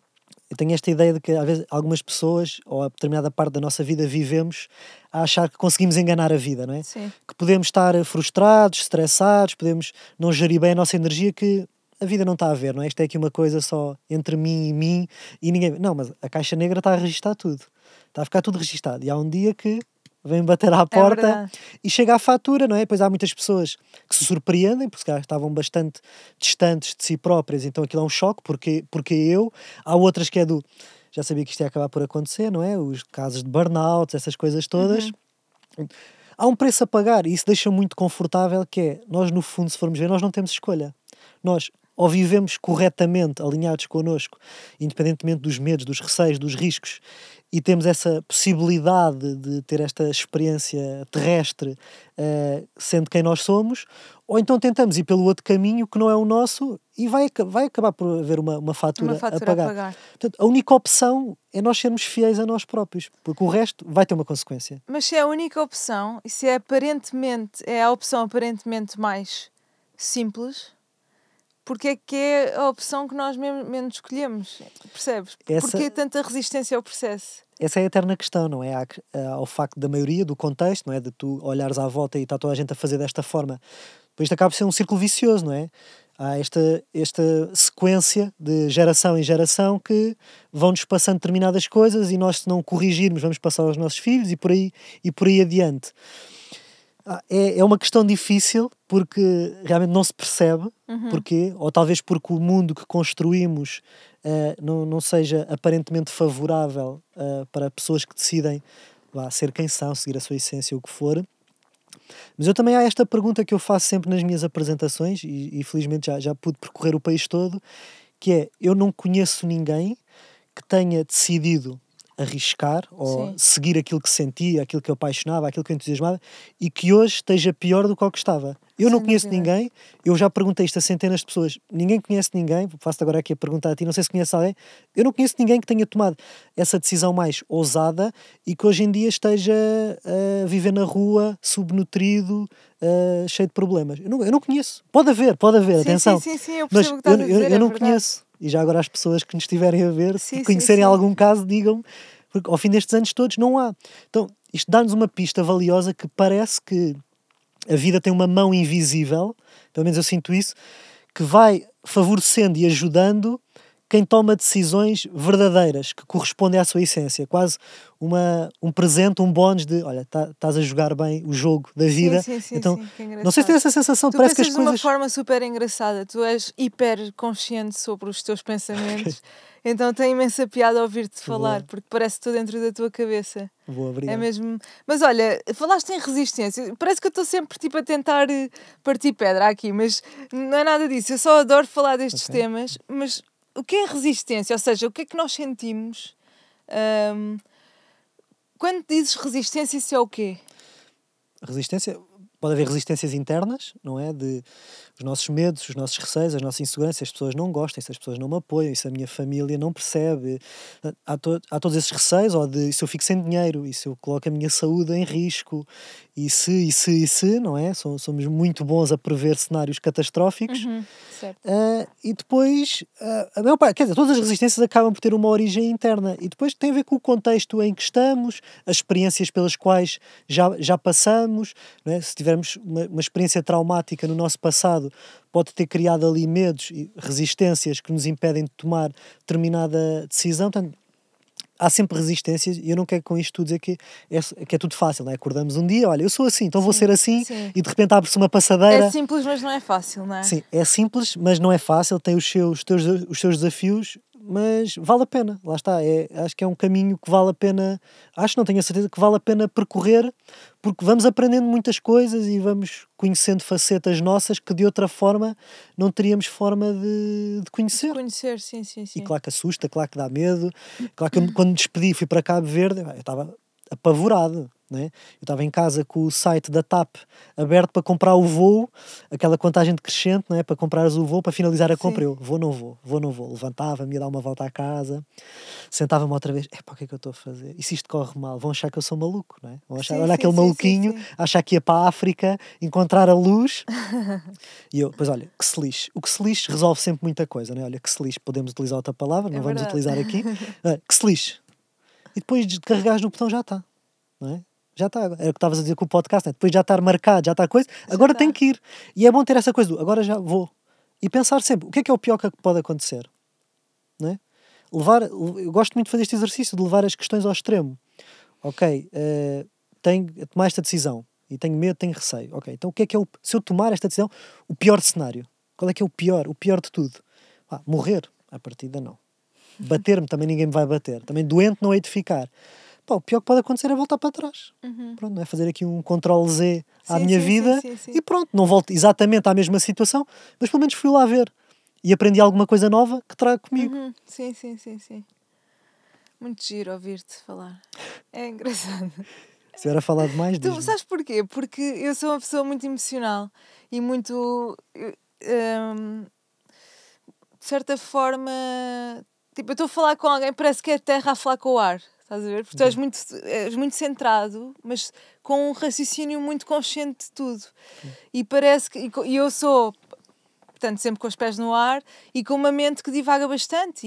eu tenho esta ideia de que às vezes algumas pessoas, ou a determinada parte da nossa vida, vivemos a achar que conseguimos enganar a vida, não é? Sim. Que podemos estar frustrados, estressados, podemos não gerir bem a nossa energia, que a vida não está a ver, não é? Isto é aqui uma coisa só entre mim e mim e ninguém... Não, mas a caixa negra está a registar tudo. Está a ficar tudo registado. E há um dia que vem bater à É porta verdade. e chega à fatura, não é? Pois há muitas pessoas que se surpreendem, porque se calhar estavam bastante distantes de si próprias, então aquilo é um choque, porque, porque eu. Há outras que é do... Já sabia que isto ia acabar por acontecer, não é? Os casos de burnout, essas coisas todas. Uhum. Há um preço a pagar e isso deixa muito confortável, que é, nós no fundo, se formos ver, nós não temos escolha. Nós ou vivemos corretamente, alinhados connosco, independentemente dos medos, dos receios, dos riscos, e temos essa possibilidade de ter esta experiência terrestre, uh, sendo quem nós somos, ou então tentamos ir pelo outro caminho que não é o nosso e vai, vai acabar por haver uma, uma fatura, Uma fatura a pagar. a pagar. Portanto, a única opção é nós sermos fiéis a nós próprios, porque o resto vai ter uma consequência. Mas se é a única opção, e se é aparentemente, é a opção aparentemente mais simples, porque é que é a opção que nós mesmo, menos escolhemos? Percebes? Essa- Porquê tanta resistência ao processo? Essa é a eterna questão, não é? Há, há, ao facto da maioria, do contexto, não é? De tu olhares à volta e está toda a gente a fazer desta forma. Depois isto acaba por ser um círculo vicioso, não é? Há esta, esta sequência de geração em geração que vão-nos passando determinadas coisas e nós, se não corrigirmos, vamos passar aos nossos filhos e por aí, e por aí adiante. Ah, É, é uma questão difícil porque realmente não se percebe porquê, ou talvez porque o mundo que construímos eh, não, não seja aparentemente favorável eh, para pessoas que decidem vá, ser quem são, seguir a sua essência, o que for. Mas eu também há esta pergunta que eu faço sempre nas minhas apresentações, e, e felizmente já, já pude percorrer o país todo, que é, eu não conheço ninguém que tenha decidido arriscar ou Sim. seguir aquilo que sentia, aquilo que eu apaixonava, aquilo que eu entusiasmava, e que hoje esteja pior do que o que estava. Eu não Sem conheço dúvida. ninguém, eu já perguntei isto a centenas de pessoas, ninguém conhece ninguém, faço-te agora aqui a pergunta a ti, não sei se conhece alguém, eu não conheço ninguém que tenha tomado essa decisão mais ousada e que hoje em dia esteja a viver na rua, subnutrido, uh, cheio de problemas. Eu não, eu não conheço. Pode haver, pode haver, Sim, atenção. sim, sim, sim, eu Mas percebo o que estás eu, a eu, dizer, eu é não verdade. conheço. E já agora as pessoas que nos estiverem a ver, Sim, se sim, conhecerem sim. algum caso, digam-me, porque ao fim destes anos todos não há. Então, isto dá-nos uma pista valiosa que parece que a vida tem uma mão invisível, pelo menos eu sinto isso, que vai favorecendo e ajudando quem toma decisões verdadeiras, que correspondem à sua essência. Quase uma, um presente, um bónus de, olha, tá, estás a jogar bem o jogo da vida. Sim, sim, sim, Então, sim, que engraçado. não sei se tem essa sensação, Tu parece que pensas as de uma coisas... forma super engraçada, tu és hiper consciente sobre os teus pensamentos, então tem imensa piada ouvir-te falar, Boa. porque parece tudo dentro da tua cabeça. Vou É obrigado. mesmo. Mas olha, falaste em resistência. Parece que eu estou sempre tipo, a tentar eh, partir pedra aqui, mas não é nada disso. Eu só adoro falar destes Ok. temas. Mas o que é resistência? Ou seja, o que é que nós sentimos? ahm, quando dizes resistência, isso é o quê? Resistência, pode haver resistências internas, não é? De os nossos medos, os nossos receios, as nossas inseguranças, as pessoas não gostam, se as pessoas não me apoiam, se a minha família não percebe. Há, to, há todos esses receios, ou de se eu fico sem dinheiro, e se eu coloco a minha saúde em risco, e se, e se, e se, não é? Somos, somos muito bons a prever cenários catastróficos. Uhum, certo. Uh, e depois, uh, a maior parte, quer dizer, todas as resistências acabam por ter uma origem interna e depois tem a ver com o contexto em que estamos, as experiências pelas quais já, já passamos, não é? Se tivermos uma, uma experiência traumática no nosso passado, pode ter criado ali medos e resistências que nos impedem de tomar determinada decisão. Portanto, há sempre resistências e eu não quero com isto tudo dizer que é, que é tudo fácil, não é? Acordamos um dia, olha, eu sou assim, então vou Sim, ser assim sim. e de repente abre-se uma passadeira. É simples, mas não é fácil, não é? Sim, é simples, mas não é fácil, tem os seus, teus, os seus desafios, mas vale a pena, lá está, é, acho que é um caminho que vale a pena, acho, não tenho a certeza, que vale a pena percorrer, porque vamos aprendendo muitas coisas e vamos conhecendo facetas nossas que de outra forma não teríamos forma de, de conhecer. Conhecer, sim, sim, E sim. claro que assusta, claro que dá medo, claro que eu, quando me despedi e fui para Cabo Verde, eu estava apavorado, né? Eu estava em casa com o site da TAP aberto para comprar o voo, aquela contagem decrescente, não é? Para comprares o voo, para finalizar a compra. Sim. Eu vou, não vou, vou, não vou. Levantava-me, ia dar uma volta à casa, sentava-me outra vez, epá, o que é que eu estou a fazer? E se isto corre mal? Vão achar que eu sou maluco, não é? Vão achar, Sim, olha sim, aquele sim, sim, maluquinho, sim. achar que ia para a África, encontrar a luz. E eu, pois olha, que se lixe. O que se lixe resolve sempre muita coisa, não é? Olha, que se lixe, podemos utilizar outra palavra, não É vamos verdade. utilizar aqui. Ah, que se lixe. E depois de carregares no botão já está, não é? Já está. Era o que estavas a dizer com o podcast, né? Depois já estar marcado, já está coisa, Já agora tá. tem que ir. E é bom ter essa coisa do agora já vou. E pensar sempre, o que é que é o pior que pode acontecer? Não é? Levar, eu gosto muito de fazer este exercício, de levar as questões ao extremo. Ok, uh, tenho, tomar esta decisão e tenho medo, tenho receio. Ok, então o que é que é o, se eu tomar esta decisão, o pior cenário? Qual é que é o pior? O pior de tudo? Ah, morrer, à partida não. Bater-me, também ninguém me vai bater. Também doente não hei de ficar. Pá, o pior que pode acontecer é voltar para trás. Uhum. Pronto, não é fazer aqui um controle Z à Sim, minha sim, vida sim, sim, sim. e pronto, não volto exatamente à mesma situação, mas pelo menos fui lá ver e aprendi alguma coisa nova que trago comigo. Uhum. Sim, sim, sim, sim. Muito giro ouvir-te falar. É engraçado. Se eu era falar demais, Tu diz-me. sabes porquê? Porque eu sou uma pessoa muito emocional e muito. eu, hum, de certa forma. Tipo, eu estou a falar com alguém, parece que é a terra a falar com o ar. Estás a ver? Porque tu és muito, és muito centrado, mas com um raciocínio muito consciente de tudo. E parece que. E co- e eu sou. Portanto, sempre com os pés no ar e com uma mente que divaga bastante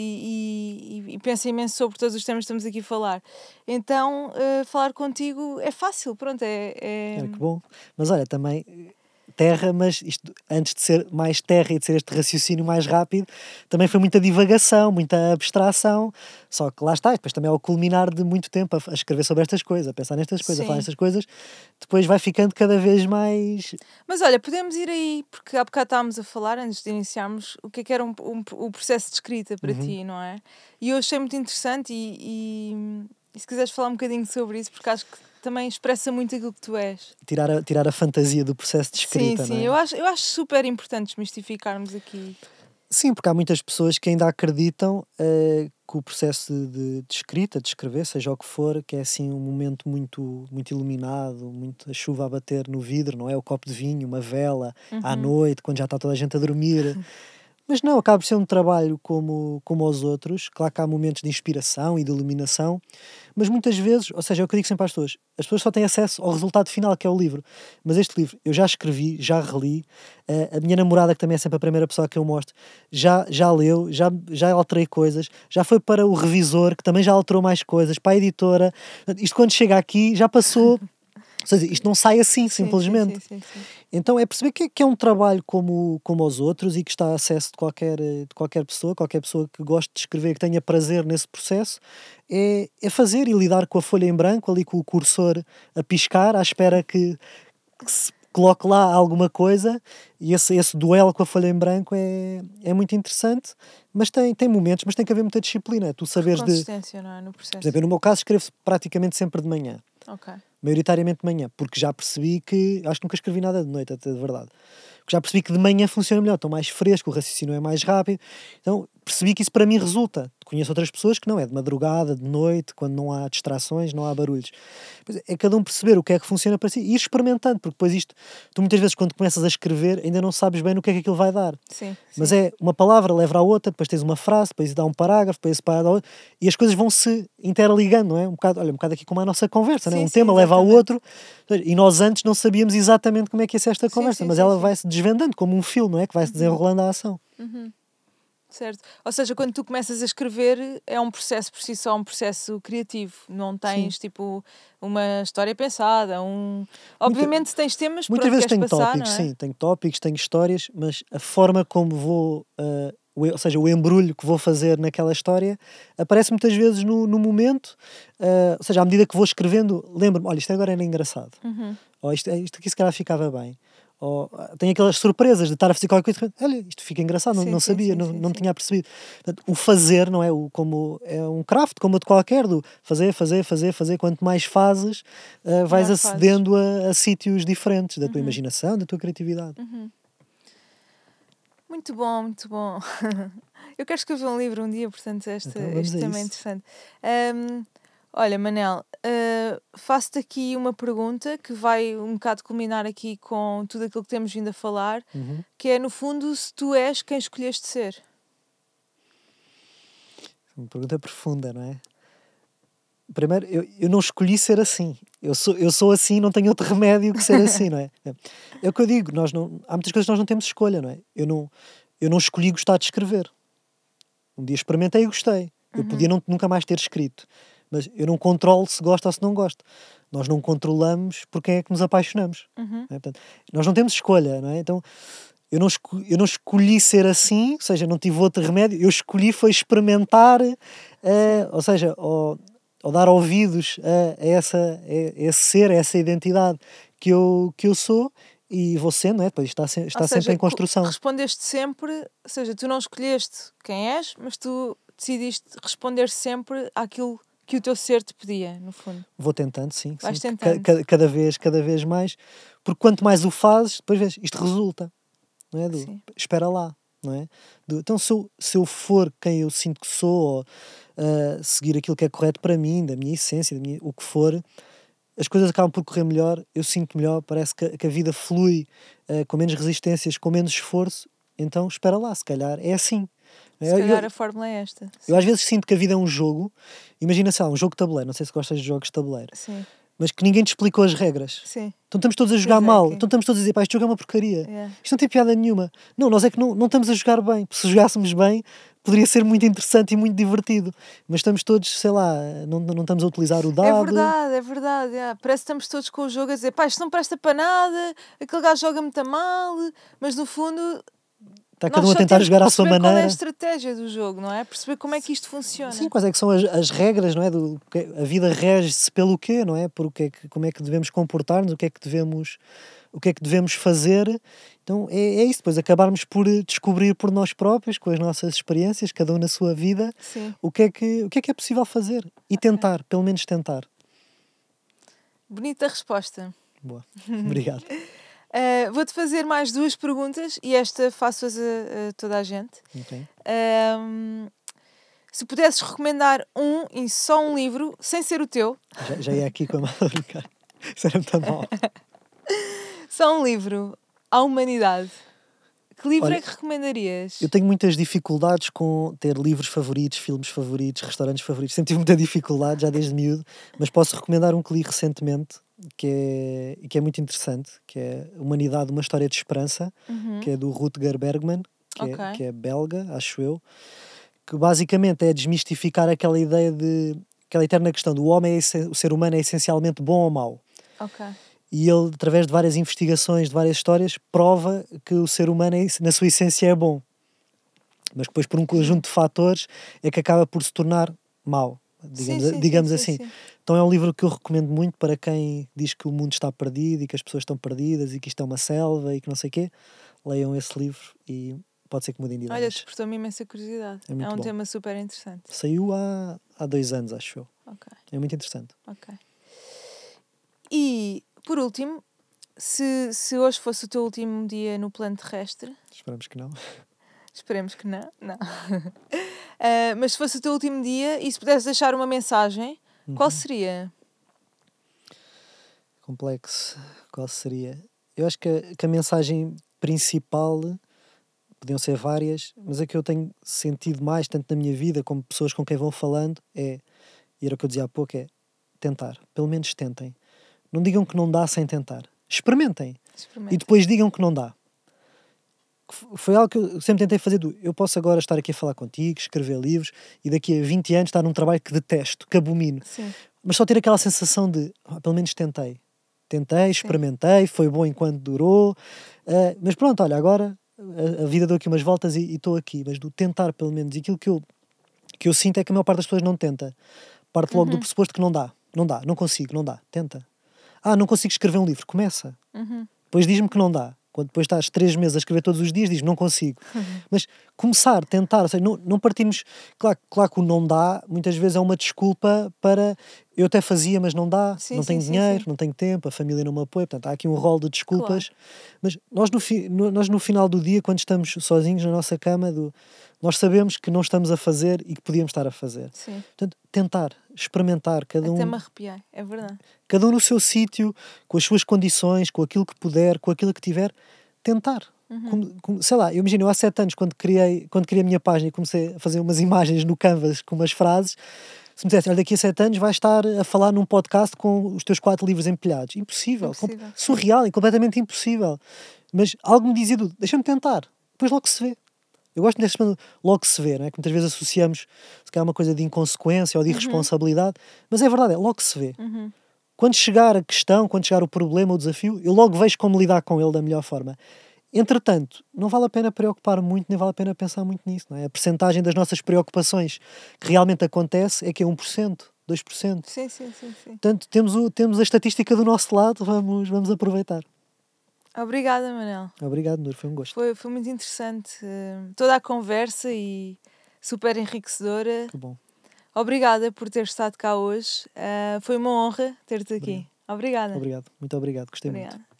e, e, e pensa imenso sobre todos os temas que estamos aqui a falar. Então, eh, falar contigo é fácil, pronto, é... é- Olha que bom. Mas olha, também eh, terra, mas isto antes de ser mais terra e de ser este raciocínio mais rápido, também foi muita divagação, muita abstração. Só que lá está, depois também é o culminar de muito tempo a, a escrever sobre estas coisas, a pensar nestas coisas, a falar Sim. nestas coisas, depois vai ficando cada vez mais. Mas olha, podemos ir aí, porque há bocado estávamos a falar, antes de iniciarmos, o que é que era um, um- o processo de escrita para Uhum. ti, não é? E eu achei muito interessante e, e, e se quiseres falar um bocadinho sobre isso, porque acho que também expressa muito aquilo que tu és. Tirar a, tirar a fantasia do processo de Sim, escrita, sim, não é? eu acho, eu acho super importante desmistificarmos aqui. Sim, porque há muitas pessoas que ainda acreditam eh, que o processo de, de escrita, de escrever, seja o que for, que é assim um momento muito, muito iluminado, muito a chuva a bater no vidro, não é? O copo de vinho, uma vela, à Uhum. noite, quando já está toda a gente a dormir. Mas não, acaba por ser um trabalho como, como os outros. Claro que há momentos de inspiração e de iluminação, mas muitas vezes, ou seja, é o que eu digo sempre às pessoas, as pessoas só têm acesso ao resultado final, que é o livro. Mas este livro eu já escrevi, já reli, eh, a minha namorada, que também é sempre a primeira pessoa que eu mostro, já, já leu, já, já alterei coisas, já foi para o revisor, que também já alterou mais coisas, para a editora. Portanto, isto quando chega aqui já passou. Ou seja, isto não sai assim, Sim, sim, simplesmente. sim, sim, sim. Então é perceber que é, que é um trabalho como, como os outros e que está a acesso de qualquer, eh, de qualquer pessoa, qualquer pessoa que goste de escrever, que tenha prazer nesse processo, é, é fazer e lidar com a folha em branco, ali com o cursor a piscar, à espera que, que se coloque lá alguma coisa, e esse, esse duelo com a folha em branco é, é muito interessante, mas tem, tem momentos, mas tem que haver muita disciplina. Tu saberes de, Consistência, não é? No por processo. exemplo, eu, no meu caso escrevo praticamente sempre de manhã. Ok. Maioritariamente de manhã, porque já percebi que, acho que nunca escrevi nada de noite, até de verdade, porque já percebi que de manhã funciona melhor, estou mais fresco, o raciocínio é mais rápido, então percebi que isso para mim resulta. Conheço outras pessoas que não, é de madrugada, de noite, quando não há distrações, não há barulhos. Pois é, é cada um perceber o que é que funciona para si e ir experimentando, porque depois isto, tu muitas vezes quando começas a escrever ainda não sabes bem no que é que aquilo vai dar. Sim, Mas sim. é uma palavra leva à outra, depois tens uma frase, depois dá um parágrafo, depois esse parágrafo dá outro, e as coisas vão se interligando, não é? Um bocado, olha, um bocado aqui como a nossa conversa, não é? Sim, Um sim, tema leva ao exatamente. outro, e nós antes não sabíamos exatamente como é que ia ser esta Sim, conversa, sim, mas sim, ela sim. vai se desvendando como um fio, não é? Que vai se desenrolando a ação. Certo. Ou seja, quando tu começas a escrever, é um processo por si só, um processo criativo. Não tens, tipo, uma história pensada, um... Obviamente tens temas por Muitas onde vezes queres tenho passar, não tópicos, é? sim, tenho tópicos, tenho histórias, mas a forma como vou, ah, o e- ou seja, o embrulho que vou fazer naquela história aparece muitas vezes no, no momento, ah, ou seja, à medida que vou escrevendo, lembro-me, olha, isto agora era engraçado, ou isto, isto aqui se calhar ficava bem, ou ah, tenho aquelas surpresas de estar a fazer qualquer coisa, olha, isto fica engraçado, não, Sim, não sim, sabia, sim, não, sim, não me sim. tinha percebido. Portanto, o fazer, não é? O, como, é um craft, como outro qualquer, do fazer, fazer, fazer, fazer, quanto mais fazes, ah, vais Melhor fazes. acedendo a, a sítios diferentes da tua imaginação, da tua criatividade. Muito bom, muito bom. Eu quero escrever um livro um dia, portanto, este, Então vamos este a tema é isso. interessante. Ahm, olha, Manel, ah, faço-te aqui uma pergunta que vai um bocado culminar aqui com tudo aquilo que temos vindo a falar, Uhum. que é, no fundo, se tu és quem escolheste ser. Uma pergunta profunda, não é? Primeiro, eu, eu não escolhi ser assim. Eu sou, eu sou assim, não tenho outro remédio que ser assim, não é? É o que eu digo, nós não, há muitas coisas que nós não temos escolha, não é? Eu não, eu não escolhi gostar de escrever. Um dia experimentei e gostei. Eu podia não, nunca mais ter escrito. Mas eu não controlo se gosto ou se não gosto. Nós não controlamos por quem é que nos apaixonamos. Não é? Portanto, nós não temos escolha, não é? Então, eu não, esco- eu não escolhi ser assim, ou seja, não tive outro remédio. Eu escolhi foi experimentar, eh, ou seja, ou, ou dar ouvidos a, a essa, a esse ser, a essa identidade que eu, que eu sou e vou sendo, não é? Depois está, se- Ou está seja, sempre em co- construção. respondeste sempre, ou seja, tu não escolheste quem és, mas tu decidiste responder sempre àquilo que o teu ser te pedia, no fundo. Vou tentando, sim, Vais sim. Ca- tentando. Cada, cada vez, cada vez mais. Porque quanto mais o fazes, depois vês, isto resulta. Não é? Do, Sim. espera lá. não é? Do, então, se eu, se eu for quem eu sinto que sou, ou uh, seguir aquilo que é correto para mim, da minha essência, da minha, o que for, as coisas acabam por correr melhor, eu sinto melhor, parece que, que a vida flui uh, com menos resistências, com menos esforço. Então, espera lá, se calhar é assim. Se eu, calhar eu, a fórmula é esta. Eu às vezes sinto que a vida é um jogo. Imagina, sei lá, um jogo de tabuleiro. Não sei se gostas de jogos de tabuleiro. Sim. Mas que ninguém te explicou as regras. Sim. Então estamos todos a jogar Pois é, mal. que- Então estamos todos a dizer, pá, este jogo é uma porcaria. Yeah. Isto não tem piada nenhuma. Não, nós é que não, não estamos a jogar bem. Se jogássemos bem, poderia ser muito interessante e muito divertido. Mas estamos todos, sei lá, não, não estamos a utilizar o dado. É verdade, é verdade. Yeah. Parece que estamos todos com o jogo a dizer, pá, isto não presta para nada, aquele gajo joga muito mal, mas no fundo Está cada nós um a só tentar temos que jogar à sua perceber maneira. qual é a estratégia do jogo, não é? Perceber como é que isto funciona. Sim, quais é que são as, as regras, não é? Do, a vida rege-se pelo quê, não é? Por o que é que, como é que devemos comportar-nos, o que é que devemos, o que é que devemos fazer. Então é, é isso, depois acabarmos por descobrir por nós próprios, com as nossas experiências, cada um na sua vida, Sim. o que é que, o que é que é possível fazer. E tentar, pelo menos tentar. Bonita resposta. Boa, obrigado. Uh, vou-te fazer mais duas perguntas e esta faço-as a, a toda a gente. Okay. Um, se pudesses recomendar um e só um livro, sem ser o teu. Já, já ia aqui com a mão a brincar. Isso era muito mal. Só um livro à humanidade. Que livro Olha, é que recomendarias? Eu tenho muitas dificuldades com ter livros favoritos, filmes favoritos, restaurantes favoritos. Sempre tive muita dificuldade, já desde miúdo. Mas posso recomendar um que li recentemente, que é, que é muito interessante, que é Humanidade, uma história de esperança, Uhum. que é do Rutger Bregman, que, Ok. é, que é belga, acho eu. Que basicamente é desmistificar aquela ideia de... aquela eterna questão do homem, é, o ser humano é essencialmente bom ou mau. Ok. E ele, através de várias investigações, de várias histórias, prova que o ser humano, é, na sua essência, é bom. Mas depois, por um conjunto de fatores, é que acaba por se tornar mau, digamos, Sim, sim, digamos sim, assim. sim, sim. Então é um livro que eu recomendo muito para quem diz que o mundo está perdido e que as pessoas estão perdidas e que isto é uma selva e que não sei o quê. Leiam esse livro e pode ser que mudem de Olha, ideias. despertou-me imensa curiosidade. É É, muito um bom. tema super interessante. Saiu há, há dois anos, acho eu. Ok, É muito interessante. ok. E, por último, se, se hoje fosse o teu último dia no plano terrestre, Esperamos que não. esperemos que não, não. Ah, mas se fosse o teu último dia e se pudesse deixar uma mensagem, qual seria? Complexo. Qual seria? Eu acho que a, que a mensagem principal, podiam ser várias, mas a que eu tenho sentido mais, tanto na minha vida como pessoas com quem vou falando, é, e era o que eu dizia há pouco, é tentar. Pelo menos tentem. Não digam que não dá sem tentar. Experimentem. Experimenta. E depois digam que não dá. Foi algo que eu sempre tentei fazer. Do, eu posso agora estar aqui a falar contigo, escrever livros, e daqui a vinte anos estar num trabalho que detesto, que abomino. Sim. Mas só ter aquela sensação de, ah, pelo menos tentei. Tentei, experimentei, foi bom enquanto durou. Uh, mas pronto, olha, agora a, a vida deu aqui umas voltas e estou aqui. Mas do tentar, pelo menos. E aquilo que eu, que eu sinto é que a maior parte das pessoas não tenta. Parte logo Uhum. do pressuposto que não dá. Não dá, não consigo, não dá. Tenta. Ah, não consigo escrever um livro. Começa. Uhum. Depois diz-me que não dá. Quando depois estás três meses a escrever todos os dias, diz não consigo. Uhum. Mas começar, tentar, ou seja, não, não partimos... Claro, claro que o não dá, muitas vezes é uma desculpa para... Eu até fazia, mas não dá, Sim, não sim, tenho sim, dinheiro, sim. não tenho tempo, a família não me apoia, portanto há aqui um rol de desculpas. Claro. Mas nós no, fi, no, nós no final do dia, quando estamos sozinhos na nossa cama, do, nós sabemos que não estamos a fazer e que podíamos estar a fazer. Sim. Portanto, tentar, experimentar, cada Até um... me arrepiei, é verdade. Cada um no seu sítio, com as suas condições, com aquilo que puder, com aquilo que tiver, tentar. Uhum. Como, como, sei lá, eu imagino, eu há sete anos, quando criei, quando criei a minha página e comecei a fazer umas imagens no Canvas com umas frases, se me dissessem, olha, daqui a sete anos vais estar a falar num podcast com os teus quatro livros empilhados. Impossível. Impossível. Com, surreal e completamente impossível. Mas algo me dizia, deixa-me tentar. Depois logo se vê. Eu gosto desse logo se vê, não é? Que muitas vezes associamos, se calhar, uma coisa de inconsequência ou de irresponsabilidade, uhum. Mas é verdade, é logo se vê. Uhum. Quando chegar a questão, quando chegar o problema, o desafio, eu logo vejo como lidar com ele da melhor forma. Entretanto, não vale a pena preocupar muito, nem vale a pena pensar muito nisso. Não é? A percentagem das nossas preocupações que realmente acontece é que é um por cento, dois por cento. Sim, sim, sim, sim. Portanto, temos, o, temos a estatística do nosso lado, vamos, vamos aproveitar. Obrigada, Manel. Obrigado, Nur, foi um gosto. Foi, foi muito interessante. Uh, toda a conversa e super enriquecedora. Que bom. Obrigada por ter estado cá hoje. Uh, foi uma honra ter-te aqui. Obrigada. Obrigado, muito obrigado, gostei Obrigada. muito.